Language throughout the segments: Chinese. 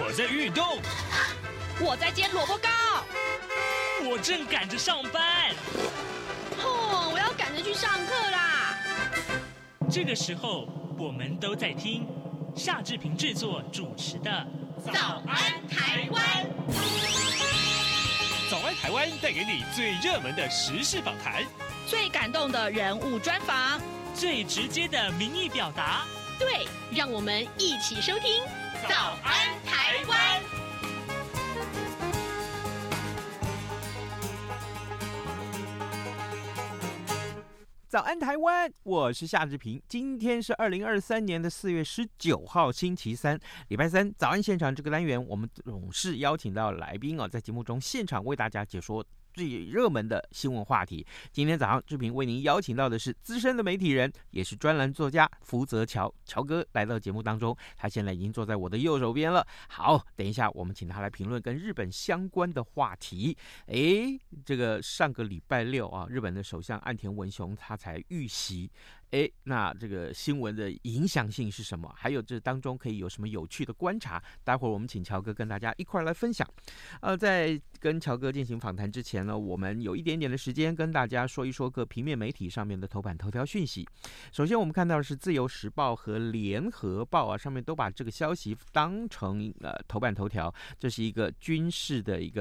我在运动， 我在煎萝卜糕， 我正赶着上班。 我要赶着去上课啦。 这个时候，我们都在听夏志平制作主持的《 早安台湾》。 早安台湾带给你最热门的时事访谈， 最感动的人物专访， 最直接的民意表达。 对，让我们一起收听《早安台湾》。 早安台湾，我是夏志平。今天是2023年4月19号，星期三，礼拜三。早安现场这个单元，我们总是邀请到来宾在节目中现场为大家解说最热门的新闻话题。今天早上，志平为您邀请到的是资深的媒体人，也是专栏作家福泽乔哥来到节目当中。他现在已经坐在我的右手边了。好，等一下我们请他来评论跟日本相关的话题。这个上个礼拜六啊，日本的首相岸田文雄他才遇袭。那这个新闻的影响性是什么？还有这当中可以有什么有趣的观察？待会儿我们请乔哥跟大家一块来分享。在跟乔哥进行访谈之前呢，我们有一点点的时间跟大家说一说各平面媒体上面的头版头条讯息。首先我们看到的是《自由时报》和《联合报》上面都把这个消息当成头版头条，这是一个军事的一个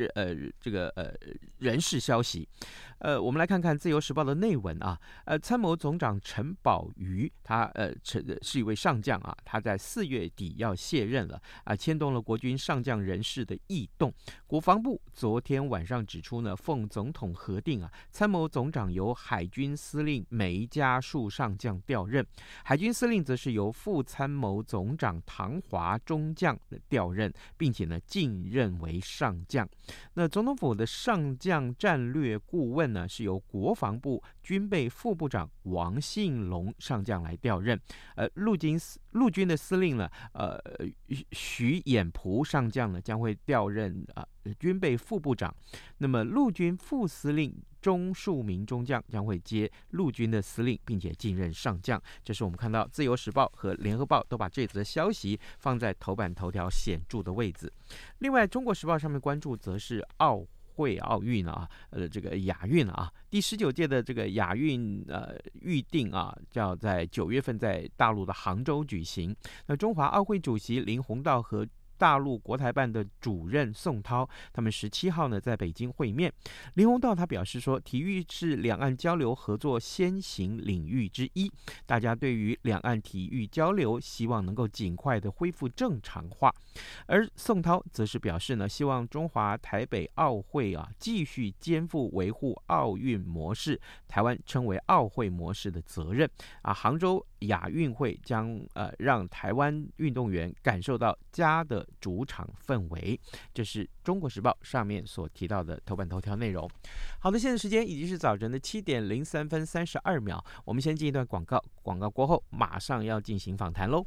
人事消息。我们来看看《自由时报》的内文啊。参谋总长陈宝瑜，他是一位上将啊，他在4月底要卸任了啊，牵动了国军上将人事的异动。国防部昨天晚上指出呢，奉总统核定啊，参谋总长由海军司令梅家树上将调任，海军司令则是由副参谋总长唐华中将调任，并且呢晋任为上将。那总统府的上将战略顾问呢，是由国防部军备副部长王信龙上将来调任。陆军的司令呢，徐衍蒲上将呢将会调任军备副部长。那么陆军副司令钟树明中将将会接陆军的司令，并且继任上将。这是我们看到《自由时报》和《联合报》都把这则消息放在头版头条显著的位置。另外，《中国时报》上面关注则是奥运啊，这个亚运啊，第19届的这个亚运预定啊，要在9月份在大陆的杭州举行。那中华奥会主席林鸿道和大陆国台办的主任宋涛，他们17号呢在北京会面。林鸿道他表示说，体育是两岸交流合作先行领域之一，大家对于两岸体育交流希望能够尽快的恢复正常化。而宋涛则是表示呢，希望中华台北奥会继续肩负维护奥运模式，台湾称为奥会模式的责任啊。杭州亚运会将让台湾运动员感受到家的主场氛围。这是中国时报上面所提到的头版头条内容。好的，现在时间已经是早晨的7点03分32秒，我们先进一段广告，广告过后马上要进行访谈喽。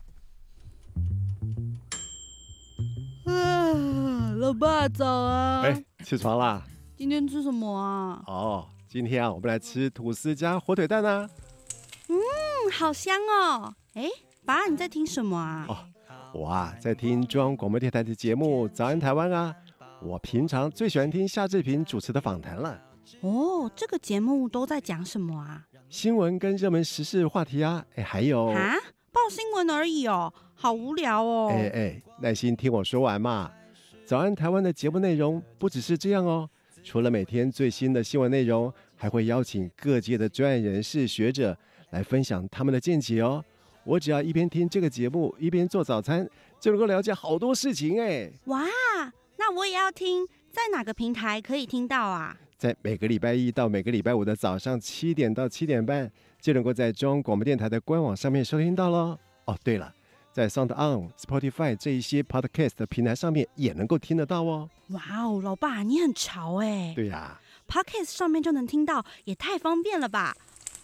老爸早啊！ 起床啦！ 今天吃什么啊？ 今天我们来吃吐司加火腿蛋啊！ 好香哦！爸，你在听什么啊？ 我在听中央广播电台的节目《早安台湾》啊。我平常最喜欢听夏志平主持的访谈了。 这个节目都在讲什么啊？ 新闻跟热门时事话题啊，还有报新闻而已哦，好无聊哦。 耐心听我说完嘛。早安台湾的节目内容不只是这样哦，除了每天最新的新闻内容，还会邀请各界的专业人士、学者来分享他们的见解哦。我只要一边听这个节目，一边做早餐，就能够了解好多事情哎。 哇，那我也要听，在哪个平台可以听到啊？ 在每个礼拜一到每个礼拜五的早上7点到7点半，就能够在中央广播电台的官网上面收听到咯。对了，在 SoundOn、Spotify 这一些 Podcast 的平台上面也能够听得到哦。 哇哦，老爸你很潮哎。 对呀 ，Podcast 上面就能听到，也太方便了吧？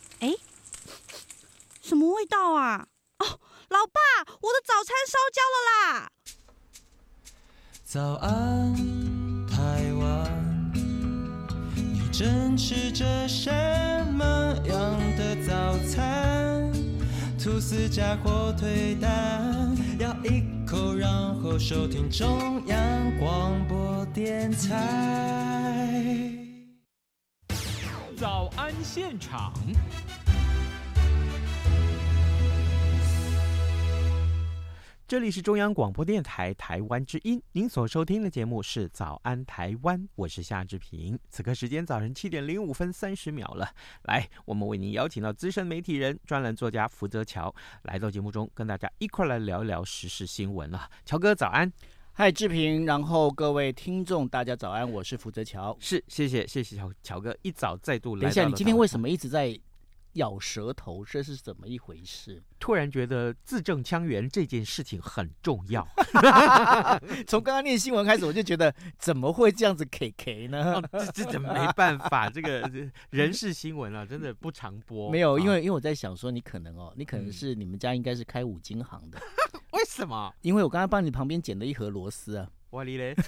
什么味道啊？老爸，我的早餐烧焦了啦！ 早安，台湾，你正吃着什么样的早餐？ 吐司加火腿蛋，咬一口，然后收听中央广播电台。 早安现场。 这里是中央广播电台台湾之音，您所收听的节目是早安台湾，我是夏志平。此刻时间早晨7:05:30了。来，我们为您邀请到资深媒体人、专栏作家福泽乔来到节目中，跟大家一块来聊聊时事新闻了。乔哥早安。 嗨，志平，然后各位听众，大家早安，我是福泽乔。 是，谢谢乔哥一早再度来到。 等一下，你今天为什么一直在咬舌头？这是怎么一回事？ 突然觉得字正腔圆这件事情很重要。 从刚刚念新闻开始，我就觉得怎么会这样子 KK 呢？ 这没办法，这个人事新闻啊，真的不常播。 没有，因为我在想说，你可能是你们家应该是开五金行的。 为什么？ 因为我刚刚帮你旁边捡了一盒螺丝啊。 哇哩嘞！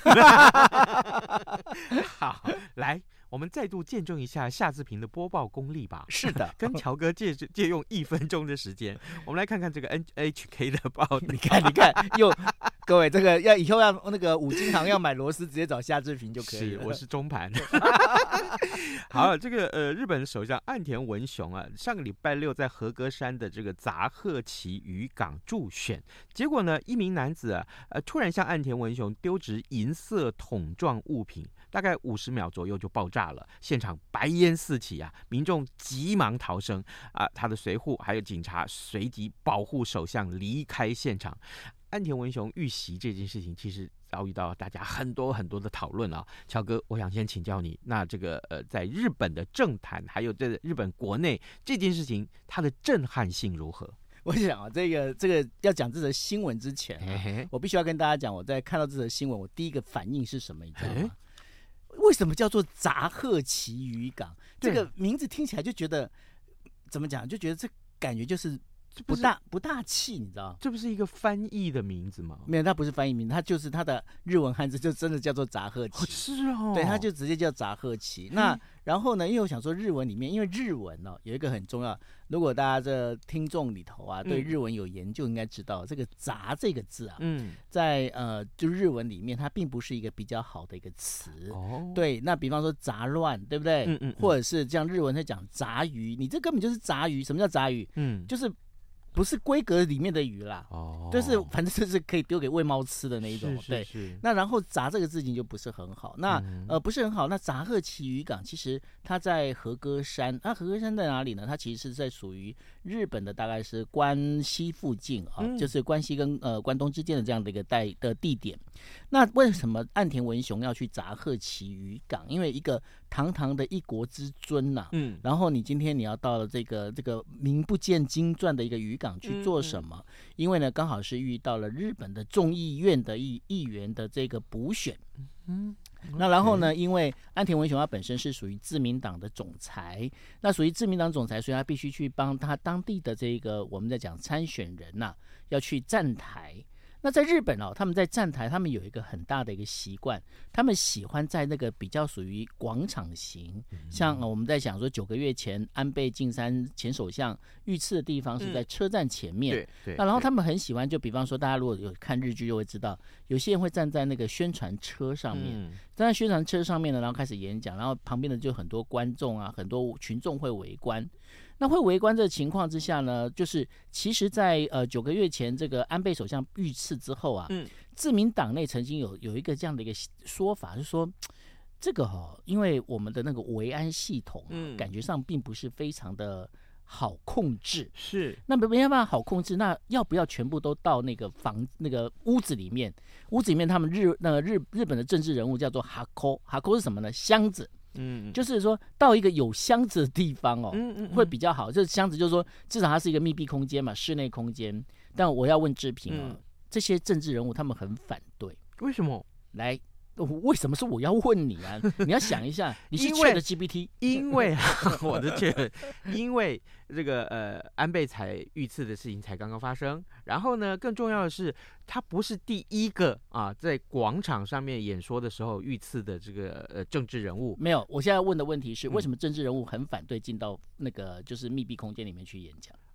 好，来，我们再度见证一下夏志平的播报功力吧。 是的， 跟乔哥借用1分钟的时间，我们来看看这个 NHK 的报道。 你看，又各位，这个以后要那个五金行要买螺丝，直接找夏志平就可以了。 是，我是中盘。好，这个日本首相岸田文雄啊，上个礼拜6在和歌山的这个杂贺崎渔港助选，结果呢，一名男子啊，突然向岸田文雄丢掷银色桶状物品，大概50秒左右就爆炸了，现场白烟四起啊，民众急忙逃生啊，他的随护还有警察随即保护首相离开现场。岸田文雄遇袭这件事情，其实遭遇到大家很多的讨论啊。乔哥，我想先请教你，那这个在日本的政坛，还有在日本国内这件事情，它的震撼性如何？ 我想啊，这个要讲这则新闻之前我必须要跟大家讲，我在看到这则新闻，我第一个反应是什么？你知道吗？为什么叫做杂贺崎渔港？这个名字听起来就觉得怎么讲？就觉得这感觉就是不大气，你知道？ 这不是一个翻译的名字吗？ 没有，它不是翻译名字，它就是它的日文汉字就真的叫做杂贺崎。 是哦， 对，它就直接叫杂贺崎。那然后呢，因为我想说日文里面，因为日文有一个很重要，如果大家这听众里头啊对日文有研究，应该知道这个杂这个字啊，在就日文里面它并不是一个比较好的一个词。对，那比方说杂乱，对不对？或者是像日文在讲杂鱼，你这根本就是杂鱼。什么叫杂鱼？就是不是规格里面的鱼啦，就是反正就是可以丢给喂猫吃的那一种。对，那然后杂这个字情就不是很好，那不是很好。那杂贺崎渔港其实它在和歌山，那和歌山在哪里呢？它其实是在属于日本的大概是关西附近啊，就是关西跟关东之间的这样的一个的地点。那为什么岸田文雄要去杂贺崎渔港？因为一个堂堂的一国之尊呐，然后你今天你要到了这个名不见经传的一个渔港去做什么？因为呢，刚好是遇到了日本的众议院的议员的这个补选。那然后呢，因为岸田文雄他本身是属于自民党的总裁，那属于自民党总裁，所以他必须去帮他当地的这个我们在讲参选人呐，要去站台。那在日本他们在站台，他们有一个很大的一个习惯，他们喜欢在那个比较属于广场型，像我们在想说9个月前安倍晋三前首相遇刺的地方是在车站前面，那然后他们很喜欢，就比方说大家如果有看日剧就会知道，有些人会站在那个宣传车上面，站在宣传车上面呢，然后开始演讲，然后旁边的就很多观众啊，很多群众会围观。那会围观这个情况之下呢，就是其实在9个月前这个安倍首相遇刺之后啊，自民党内曾经有一个这样的一个说法，是说这个因为我们的那个维安系统感觉上并不是非常的好控制，是那没办法好控制，那要不要全部都到那个屋子里面？屋子里面他们日本的政治人物叫做哈扣是什么呢？箱子。就是说到一个有箱子的地方会比较好。这箱子就是说，至少它是一个密闭空间嘛，室内空间。但我要问志平这些政治人物他们很反对，为什么？来，为什么是我要问你啊？你要想一下，你是ChatGPT，因为我的因为这个安倍才遇刺的事情才刚刚发生，然后呢，更重要的是，他不是第一个在广场上面演说的时候遇刺的这个政治人物。 没有，我现在问的问题是，为什么政治人物很反对进到那个就是密闭空间里面去演讲？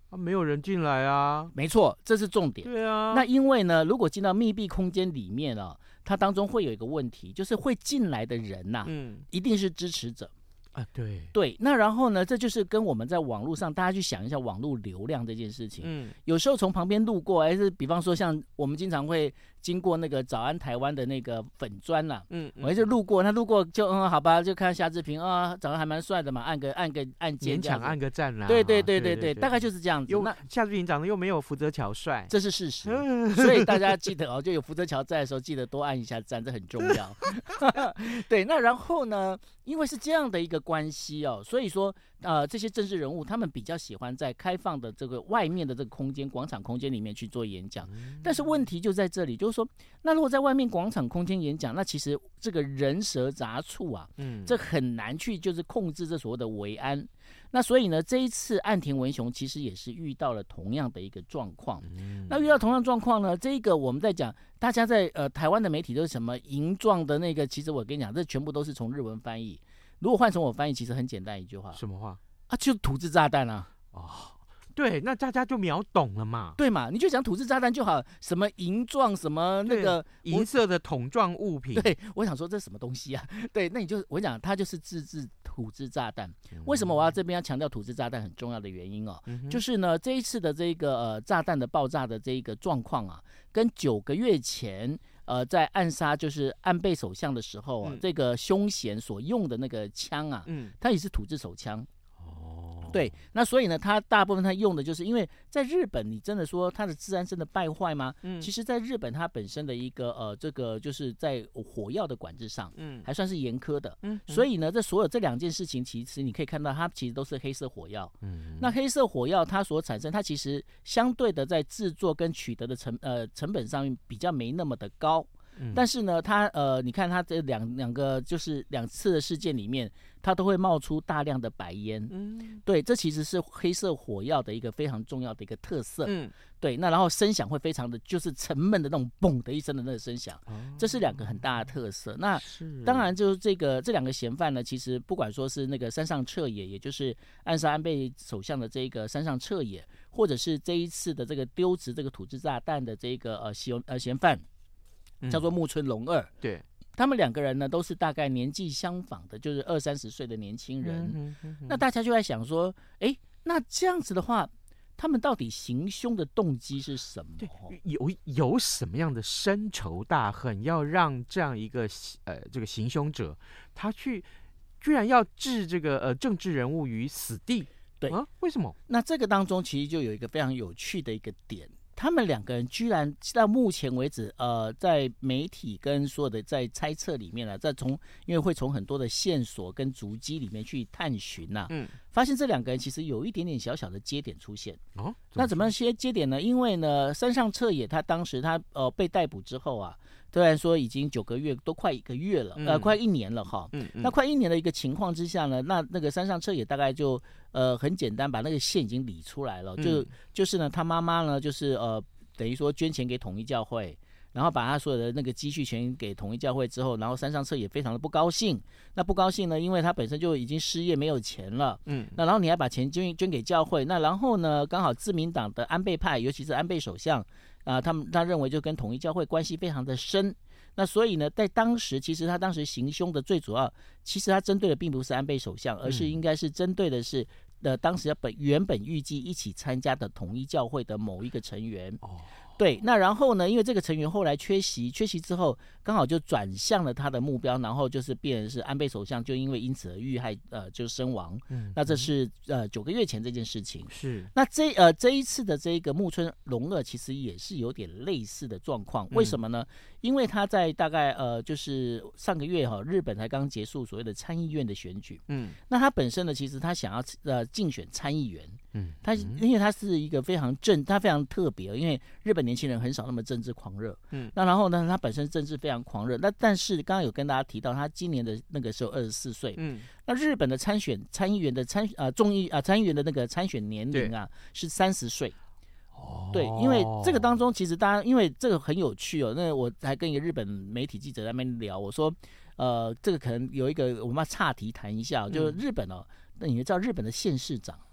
没有人进来啊。 没错，这是重点。 对啊。 那因为呢，如果进到密闭空间里面啊，它当中会有一个问题，就是会进来的人呐，一定是支持者。 对， 那然后呢，这就是跟我们在网络上大家去想一下网络流量这件事情。有时候从旁边路过，还是比方说像我们经常会经过那个早安台湾的那个粉专啦，我就路过，他路过就好吧，就看夏志平啊，长得还蛮帅的嘛，按键， 勉强按个赞啦。 对，大概就是这样子。 那夏志平长得又没有福泽桥帅， 这是事实。所以大家记得就有福泽桥在的时候，记得多按一下赞，这很重要。对，那然后呢，因为是这样的一个关系所以说这些政治人物他们比较喜欢在开放的这个外面的这个空间广场空间里面去做演讲。但是问题就在这里，就是说那如果在外面广场空间演讲，那其实这个人蛇杂处啊，这很难去就是控制这所谓的维安。那所以呢，这一次岸田文雄其实也是遇到了同样的一个状况。那遇到同样状况呢，这个我们在讲，大家在台湾的媒体都是什么银状的那个，其实我跟你讲，这全部都是从日文翻译。如果换成我翻译，其实很简单一句话。 什么话啊？就是土制炸弹啊！ 对，那大家就秒懂了嘛。 对嘛，你就讲土制炸弹就好，什么银状，什么那个银色的桶状物品。 对，我想说这什么东西啊？对，那你就我讲，它就是自制土制炸弹。为什么我要这边要强调土制炸弹很重要的原因就是呢，这一次的这个炸弹的爆炸的这一个状况啊，跟9个月前在暗杀就是安倍首相的时候这个凶嫌所用的那个枪啊，它也是土制手枪。对，那所以呢，他大部分他用的就是因为在日本，你真的说他的治安真的败坏吗？其实在日本它本身的一个这个就是在火药的管制上，还算是严苛的。所以呢，这所有这2件事情，其实你可以看到，它其实都是黑色火药。那黑色火药它所产生，它其实相对的在制作跟取得的成本上面比较没那么的高。但是呢，它你看它这两个就是2次的事件里面，它都会冒出大量的白烟。对，这其实是黑色火药的一个非常重要的一个特色。对，那然后声响会非常的就是沉闷的那种嘣的一声的那个声响，这是2个很大的特色。那当然就是这2个嫌犯呢，其实不管说是那个山上彻也，也就是暗杀安倍首相的这个山上彻也，或者是这一次的这个丢掷这个土制炸弹的这个嫌犯。叫做木村隆二， 对， 他们2个人呢都是大概年纪相仿的，就是20-30岁的年轻人。那大家就在想说，那这样子的话，他们到底行凶的动机是什么？ 对，有什么样的深仇大恨，要让这样一个这个行凶者，他居然要置这个政治人物于死地？ 对为什么？ 那这个当中其实就有一个非常有趣的一个点。他们2个人居然到目前为止，在媒体跟所有的在猜测里面呢，因为会从很多的线索跟足迹里面去探寻发现这2个人其实有一点点小小的接点出现。那怎么样些接点呢？因为呢，山上彻也他当时他被逮捕之后啊，虽然说已经9个月，都快1个月了，快1年了哈。那快1年的一个情况之下呢，那个山上彻也大概就很简单把那个线已经理出来了，就是呢，他妈妈呢就是等于说捐钱给统一教会。然后把他所有的那个积蓄全给统一教会之后，然后山上彻也非常的不高兴。那不高兴呢，因为他本身就已经失业没有钱了，那然后你还把钱捐给教会，那然后呢，刚好自民党的安倍派，尤其是安倍首相他认为就跟统一教会关系非常的深。那所以呢，在当时其实他当时行凶的最主要，其实他针对的并不是安倍首相，而是应该是针对的是当时原本预计一起参加的统一教会的某一个成员。对，那然后呢，因为这个成员后来缺席之后，刚好就转向了他的目标，然后就是变成是安倍首相就因此而遇害，就身亡。那这是9个月前这件事情。 是。 那这一次的这个木村隆二其实也是有点类似的状况，为什么呢？因为他在大概就是上个月日本才刚结束所谓的参议院的选举。那他本身呢，其实他想要竞选参议员。因为他是一个他非常特别，因为日本年轻人很少那么政治狂热。那然后呢，他本身政治非常狂热。那但是刚刚有跟大家提到，他今年的那个时候24岁。那日本的参议员的参议员的那个参选年龄是30岁。对，因为这个当中其实大家因为这个很有趣那我还跟一个日本媒体记者在那边聊，我说这个可能有一个我们要岔题谈一下，就是日本那你知道日本的县市长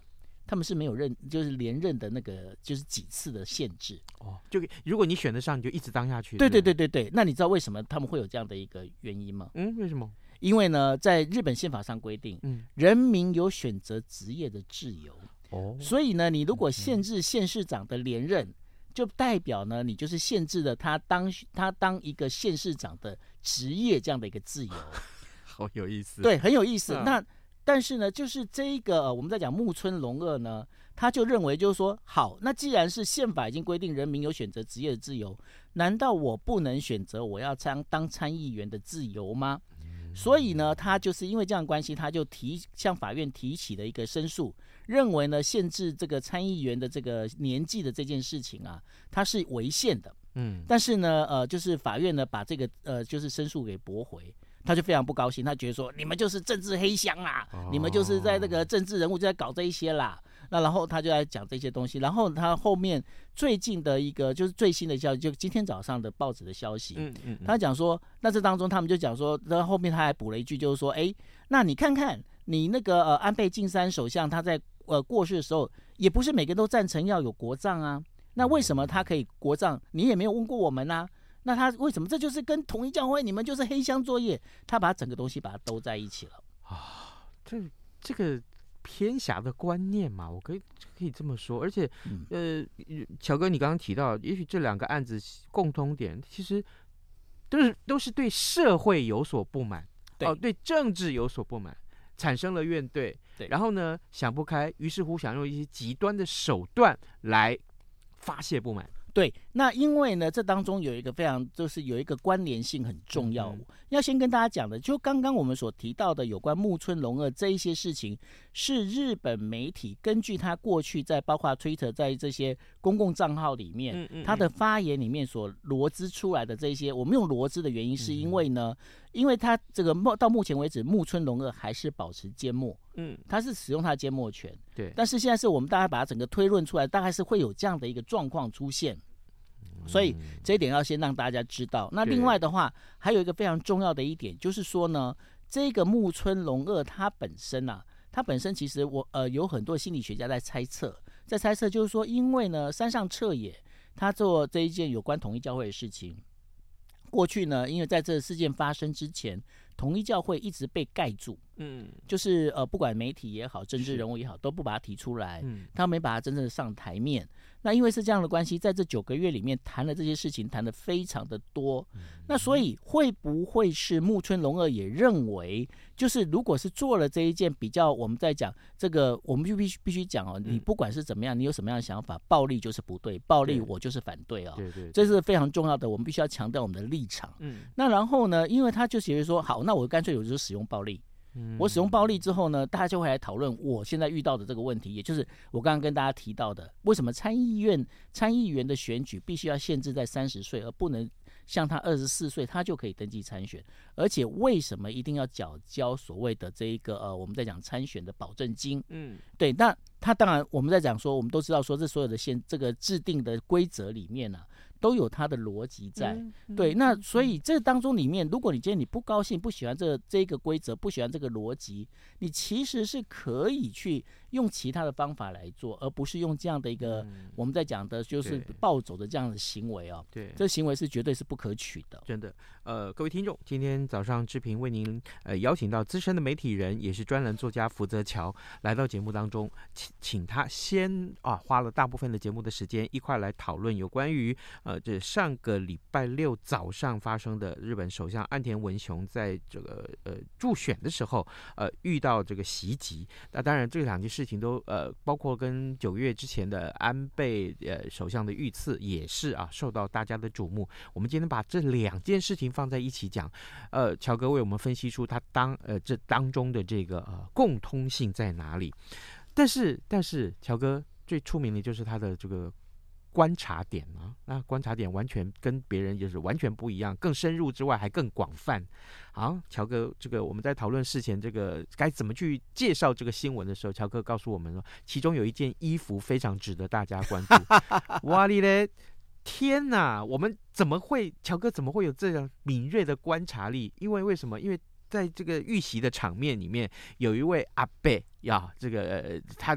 他们是没有就是连任的那个就是几次的限制。 就如果你选得上，你就一直当下去。 对。那你知道为什么他们会有这样的一个原因吗？ 为什么？ 因为呢，在日本宪法上规定，人民有选择职业的自由。所以呢，你如果限制县市长的连任，就代表呢，你就是限制了他当一个县市长的职业这样的一个自由。 好有意思。 对，很有意思。但是呢，就是这一个我们在讲木村隆二呢，他就认为就是说，好，那既然是宪法已经规定人民有选择职业的自由，难道我不能选择我要当参议员的自由吗？所以呢，他就是因为这样的关系，他就向法院提起了一个申诉，认为呢，限制这个参议员的这个年纪的这件事情啊，它是违宪的。但是呢，就是法院呢把这个就是申诉给驳回。他就非常不高兴，他觉得说你们就是政治黑箱啦，你们就是在这个政治人物就在搞这一些啦。那然后他就在讲这些东西，然后他后面最近的一个就是最新的消息，就今天早上的报纸的消息，他讲说，那这当中他们就讲说，然后后面他还补了一句，就是说，那你看看你那个安倍晋三首相他在过世的时候，也不是每个人都赞成要有国葬啊，那为什么他可以国葬？你也没有问过我们啊。那他为什么？这就是跟统一教会你们就是黑箱作业，他把整个东西把它兜在一起了这个偏狭的观念嘛，我可以这么说。而且乔哥你刚刚提到，也许这两个案子共通点其实都是对社会有所不满，对政治有所不满，产生了怨怼，然后呢想不开，于是乎想用一些极端的手段来发泄不满。 对，那因为呢，这当中有一个就是有一个关联性很重要，要先跟大家讲的，就刚刚我们所提到的有关木村隆二这一些事情，是日本媒体根据他过去在包括 Twitter 在这些公共账号里面，他的发言里面所罗织出来的这些，我们用罗织的原因是因为呢，因为他这个到目前为止，木村隆二还是保持缄默，他是使用他的缄默权， 对， 但是现在是我们大概把它整个推论出来，大概是会有这样的一个状况出现。所以这一点要先让大家知道。那另外的话，还有一个非常重要的一点，就是说呢，这个木村隆二他本身其实有很多心理学家在猜测，就是说，因为呢山上彻也他做这一件有关统一教会的事情，过去呢，因为在这事件发生之前，统一教会一直被盖住，就是不管媒体也好，政治人物也好，都不把它提出来，他没把它真正上台面。那因为是这样的关系，在这9个月里面谈了这些事情，谈得非常的多。那所以会不会是木村隆二也认为，就是如果是做了这一件比较，我们在讲这个，我们就必须讲哦，你不管是怎么样，你有什么样的想法，暴力就是不对，暴力我就是反对哦。对，这是非常重要的，我们必须要强调我们的立场。那然后呢，因为他就觉得说，好，那我干脆我就使用暴力。我使用暴力之后呢，大家就会来讨论我现在遇到的这个问题，也就是我刚刚跟大家提到的，为什么参议员的选举必须要限制在30岁，而不能像他24岁他就可以登记参选，而且为什么一定要缴交所谓的这一个我们在讲参选的保证金？对，那他当然我们在讲说，我们都知道说这所有的这个制定的规则里面啊，都有它的逻辑在。对，那所以这当中里面，如果你今天你不高兴、不喜欢这个规则、不喜欢这个逻辑，你其实是可以去用其他的方法来做，而不是用这样的一个我们在讲的就是暴走的这样的行为哦。对，这行为是绝对是不可取的。 真的，各位听众，今天早上志平为您邀请到资深的媒体人，也是专栏作家福泽乔来到节目当中，请他先花了大部分的节目的时间一块来讨论有关于这上个礼拜6早上发生的日本首相岸田文雄在这个助选的时候遇到这个袭击。那当然这两件事情都包括跟9月之前的安倍首相的遇刺也是受到大家的瞩目。我们今天把这2件事情放在一起讲，乔哥为我们分析出他这当中的这个共通性在哪里。但是乔哥最出名的就是他的这个观察点那观察点完全跟别人就是完全不一样，更深入之外还更广泛。好，乔哥，这个我们在讨论事前这个该怎么去介绍这个新闻的时候，乔哥告诉我们说，其中有一件衣服非常值得大家关注。哇哩嘞！天哪，我们乔哥怎么会有这样敏锐的观察力？为什么？因为在这个遇袭的场面里面，有一位阿伯这个他的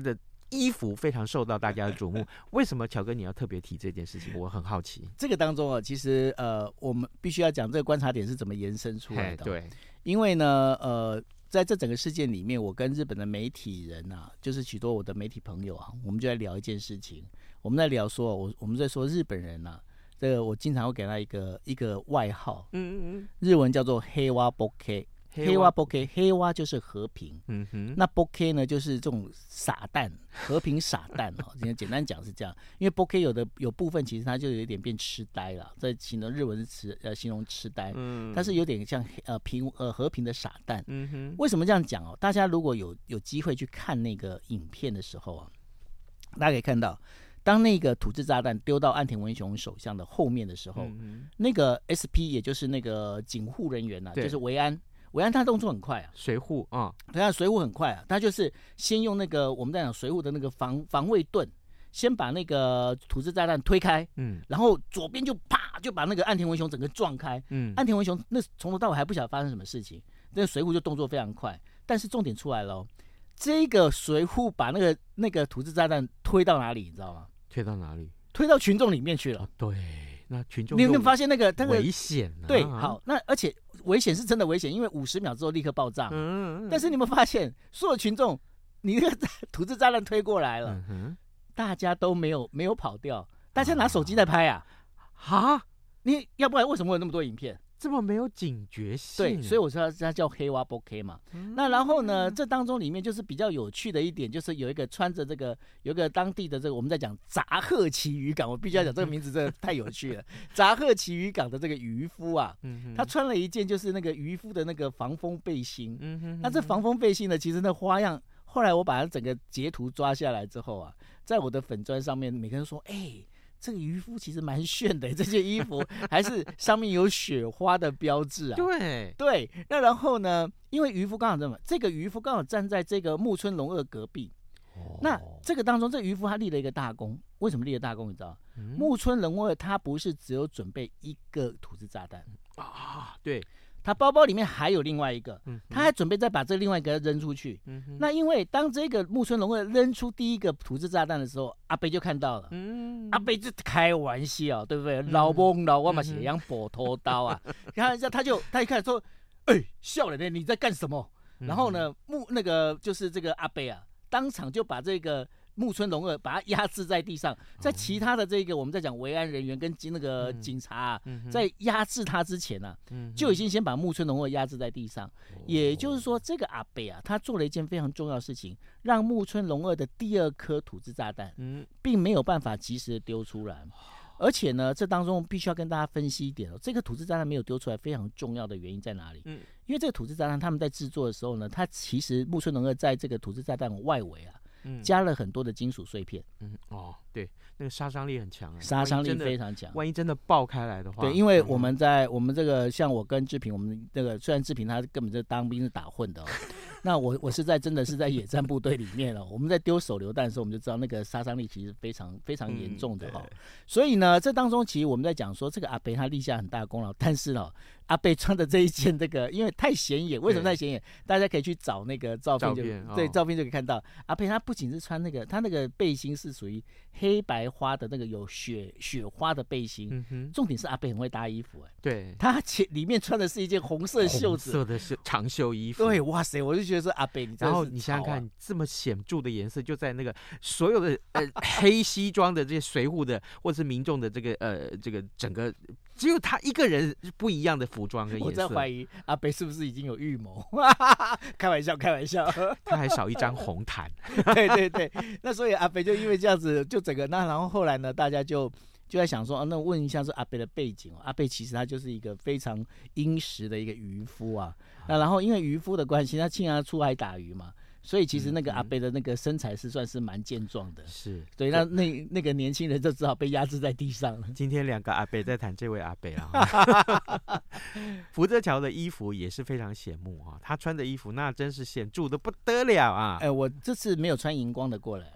衣服非常受到大家的瞩目。为什么乔哥你要特别提这件事情？我很好奇。 这个当中啊，其实我们必须要讲这个观察点是怎么延伸出来的。 对， 因为呢在这整个事件里面，我跟日本的媒体人啊，就是许多我的媒体朋友啊，我们就在聊一件事情。我们在聊说，我们在说日本人啊，这个我经常会给他一个外号，日文叫做黑蛙 bokeh。黑蛙 bokeh， 黑蛙就是和平，那 bokeh 呢就是这种傻蛋，和平傻蛋哦。简单讲是这样，因为 bokeh 有部分其实它就有一点变痴呆了，在形容日文是形容痴呆，它是有点像和平的傻蛋。为什么这样讲哦？大家如果有机会去看那个影片的时候啊，大家可以看到，当那个土制炸弹丢到岸田文雄首相的后面的时候，那个 SP 也就是那个警护人员啊，就是维安他动作很快啊， 水户啊， 对啊，水户很快啊，他就是先用那个我们在讲水户的那个防卫盾，先把那个土制炸弹推开，然后左边就啪就把那个岸田文雄整个撞开，岸田文雄那从头到尾还不晓得发生什么事情，那个水户就动作非常快，但是重点出来了，这个水户把那个土制炸弹推到哪里，你知道吗？ 推到哪里？推到群众里面去了。 对，那群众你有没有发现那个危险啊？ 对，好，那而且危险是真的危险，因为50秒之后立刻爆炸。但是你有没有发现，所有群众，你那个土制炸弹推过来了，大家都没有跑掉，大家拿手机在拍啊！你要不然为什么会有那么多影片？ 这么没有警觉性？ 对，所以我说它叫黑蛙 bokeh 嘛。那然后呢，这当中里面就是比较有趣的一点，就是有一个穿着有一个当地的我们在讲杂贺崎渔港，我必须要讲这个名字真的太有趣了。杂贺崎渔港的这个渔夫啊，他穿了一件就是那个渔夫的那个防风背心。那这防风背心呢，其实那花样，后来我把它整个截图抓下来之后啊，在我的粉专上面，每个人说，这个渔夫其实蛮炫的，这件衣服还是上面有雪花的标志啊。对，那然后呢，因为渔夫刚好这个渔夫刚好站在这个木村隆二隔壁。那这个当中，这个渔夫他立了一个大功。为什么立了大功？你知道？木村隆二他不是只有准备一个土制炸弹啊，对。 他包包里面还有另外一个，他还准备再把这另外一个扔出去。那因为当这个木村隆二扔出第一个土制炸弹的时候，阿北就看到了。阿北就开玩笑，对不对？老懵老我嘛是养跛头刀啊！然后他一看说：“笑人呢，你在干什么？”然后呢，那个就是这个阿北啊，当场就把这个木村隆二把他压制在地上，在其他的这个我们在讲维安人员跟那个警察在压制他之前啊，就已经先把木村隆二压制在地上。也就是说，这个阿北啊，他做了一件非常重要的事情，让木村隆二的第二颗土制炸弹并没有办法及时的丢出来。而且呢，这当中必须要跟大家分析一点这个土制炸弹没有丢出来，非常重要的原因在哪里？因为这个土制炸弹他们在制作的时候呢，它其实木村隆二在这个土制炸弹外围啊，加了很多的金属碎片。 对，那个杀伤力很强， 杀伤力非常强。 万一真的爆开来的话， 对，因为我们这个像我跟志平，我们这个虽然志平他根本就当兵是打混的那我真的是在野战部队里面我们在丢手榴弹的时候，我们就知道那个杀伤力其实非常非常严重的所以呢，这当中其实我们在讲说，这个阿北他立下很大的功劳，但是阿北穿的这一件因为太显眼，为什么太显眼？大家可以去找那个照片，对，照片就可以看到，阿北他不仅是穿他那个背心是属于黑白花的那个有雪花的背心，重点是阿北很会搭衣服对， 他里面穿的是一件红色袖子的长袖衣服， 对，哇塞，我就觉得说阿北， 然后你想想看，这么显著的颜色，就在那个所有的黑西装的这些随扈的或者是民众的这个整个。只有他一个人不一样的服装跟颜色。 我在怀疑阿北是不是已经有预谋？开玩笑。 他还少一张红毯。 对，那所以阿北就因为这样子，就整个然后后来呢，大家就在想说，那问一下说阿北的背景阿北其实他就是一个非常殷实的一个渔夫啊。那然后因为渔夫的关系，他经常出海打鱼嘛。所以其实那个阿北的那个身材是算是蛮健壮的， 是对。那个年轻人就只好被压制在地上了。 今天2个阿北在谈这位阿北福泽桥的衣服也是非常显目他穿的衣服那真是显著的不得了啊！ 我这次没有穿荧光的过来。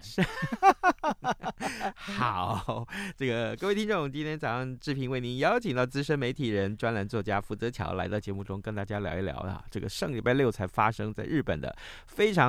好，这个各位听众，今天早上志平为您邀请到资深媒体人、专栏作家福泽桥来到节目中，跟大家聊一聊这个上礼拜6才发生在日本的非常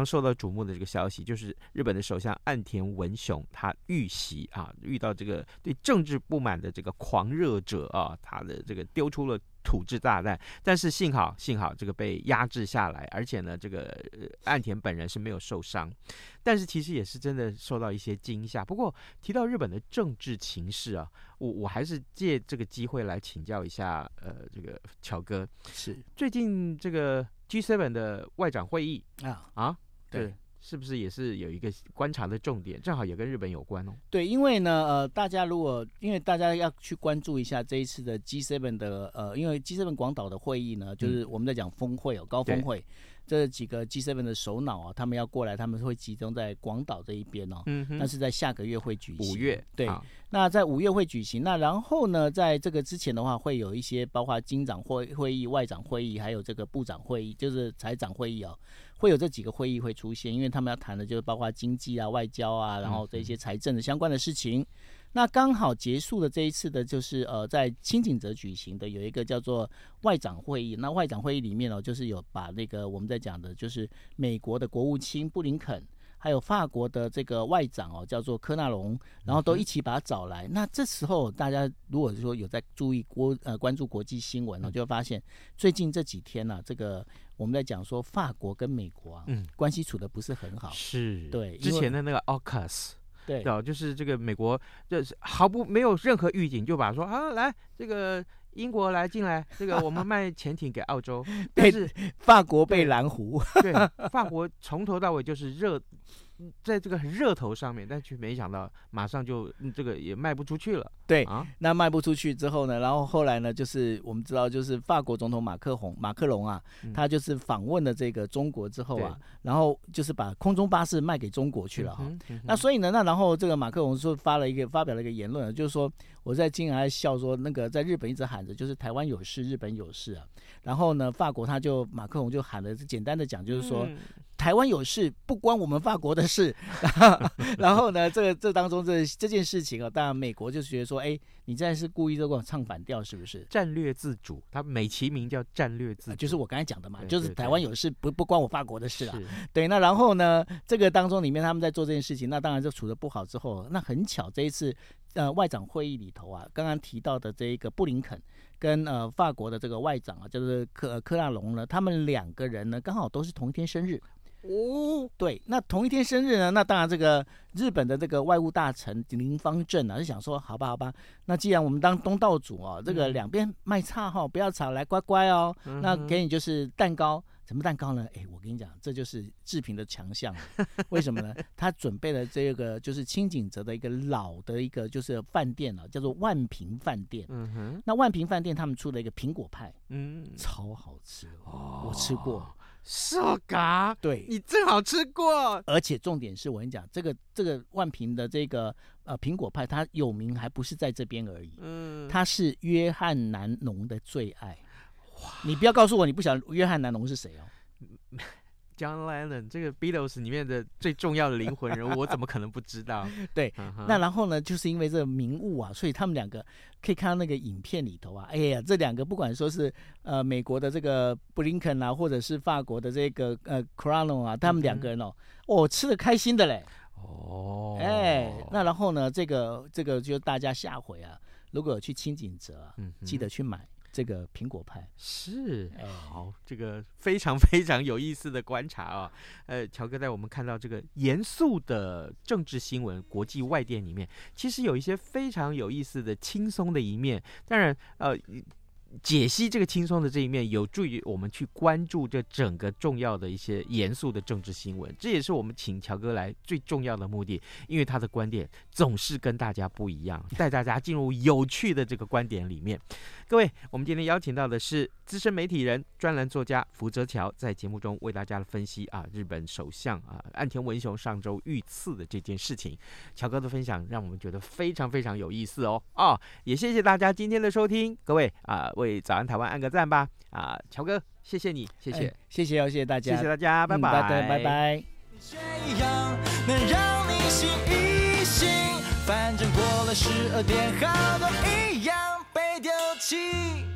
常受到瞩目的这个消息，就是日本的首相岸田文雄他遇袭啊，遇到这个对政治不满的这个狂热者啊，他的这个丢出了土制炸弹，但是幸好这个被压制下来，而且呢，这个岸田本人是没有受伤，但是其实也是真的受到一些惊吓。不过提到日本的政治情势啊，我还是借这个机会来请教一下这个乔哥， 是最近这个 G7 的外长会议对。 是不是也是有一个观察的重点，正好也跟日本有关哦？ 对，因为呢，大家因为大家要去关注一下这一次的 G7 的因为 G7 广岛的会议呢，就是我们在讲峰会高峰会，这几个 G7 的首脑啊，他们要过来，他们会集中在广岛这一边哦。但是在下个月会举行，5月对。那在5月会举行，那然后呢，在这个之前的话，会有一些包括经长会议、外长会议，还有这个部长会议，就是财长会议啊，会有这几个会议会出现，因为他们要谈的就是包括经济啊、外交啊，然后这些财政的相关的事情。那刚好结束的这一次的就是在清景泽举行的有一个叫做外长会议。那外长会议里面就是有把那个我们在讲的就是美国的国务卿布林肯，还有法国的这个外长叫做科纳隆，然后都一起把他找来。那这时候大家如果说有在注意关注国际新闻就会发现最近这几天这个我们在讲说法国跟美国关系处得不是很好。 是， 对， 之前的那个 AUKUS。 对， 就是这个美国就是没有任何预警就把说来这个英国来进来，这个我们卖潜艇给澳洲，但是法国被蓝湖， 对，法国从头到尾就是在这个热头上面，但却没想到马上就这个也卖不出去了。 对那卖不出去之后呢，然后后来呢，就是我们知道，就是法国总统马克龙啊，他就是访问了这个中国之后啊，然后就是把空中巴士卖给中国去了那所以呢，然后这个马克龙说发表了一个言论，就是说我在经常在笑说，那个在日本一直喊着就是台湾有事，日本有事啊。然后呢，马克龙就喊了，简单的讲就是说。台湾有事不关我们法国的事，然后呢，这当中这件事情当然美国就觉得说，你这是故意在跟我唱反调，是不是？ 战略自主，它美其名叫战略自主， 就是我刚才讲的嘛，就是台湾有事不关我法国的事啊。对，那然后呢，这个当中里面他们在做这件事情，那当然就处得不好之后，那很巧这一次外长会议里头刚刚提到的这一个布林肯跟法国的这个外长就是科纳隆呢，他们两个人呢刚好都是同一天生日。对，那同一天生日呢，那当然这个日本的这个外务大臣林芳正就想说，好吧，那既然我们当东道主这个两边卖差不要吵，来乖乖那给你就是蛋糕。什么蛋糕呢？我跟你讲，这就是志平的强项。为什么呢？他准备了这个就是清景泽的一个老的一个就是饭店叫做万平饭店。那万平饭店他们出了一个苹果派，超好吃我吃过。 so ga， 对， 你正好吃过。 而且重点是我跟你讲，这个万平的这个苹果派，它有名还不是在这边而已，它是约翰南农的最爱。你不要告诉我你不晓得约翰南农是谁 John Lennon 这个 Beatles 里面的最重要的灵魂人物，我怎么可能不知道？ 对，那然后呢，就是因为这个名物所以他们两个可以看到那个影片里头这两个不管说是美国的这个布林肯或者是法国的这个Crono 他们两个人吃得开心的嘞。那然后呢，这个就大家下回如果有去清景泽记得去买这个苹果派。 是好，这个非常非常有意思的观察乔哥在我们看到这个严肃的政治新闻、国际外电里面，其实有一些非常有意思的轻松的一面。当然解析这个轻松的这一面，有助于我们去关注这整个重要的一些严肃的政治新闻。这也是我们请乔哥来最重要的目的，因为他的观点总是跟大家不一样，带大家进入有趣的这个观点里面。各位，我们今天邀请到的是资深媒体人、专栏作家福泽乔，在节目中为大家分析日本首相岸田文雄上周遇刺的这件事情。乔哥的分享让我们觉得非常非常有意思也谢谢大家今天的收听，各位为早安台湾按个赞吧乔哥，谢谢你，谢谢， 谢谢大家， 谢谢大家，拜拜， 拜拜。 这样能让你醒一醒，反正过了12点，好多一样被丢弃。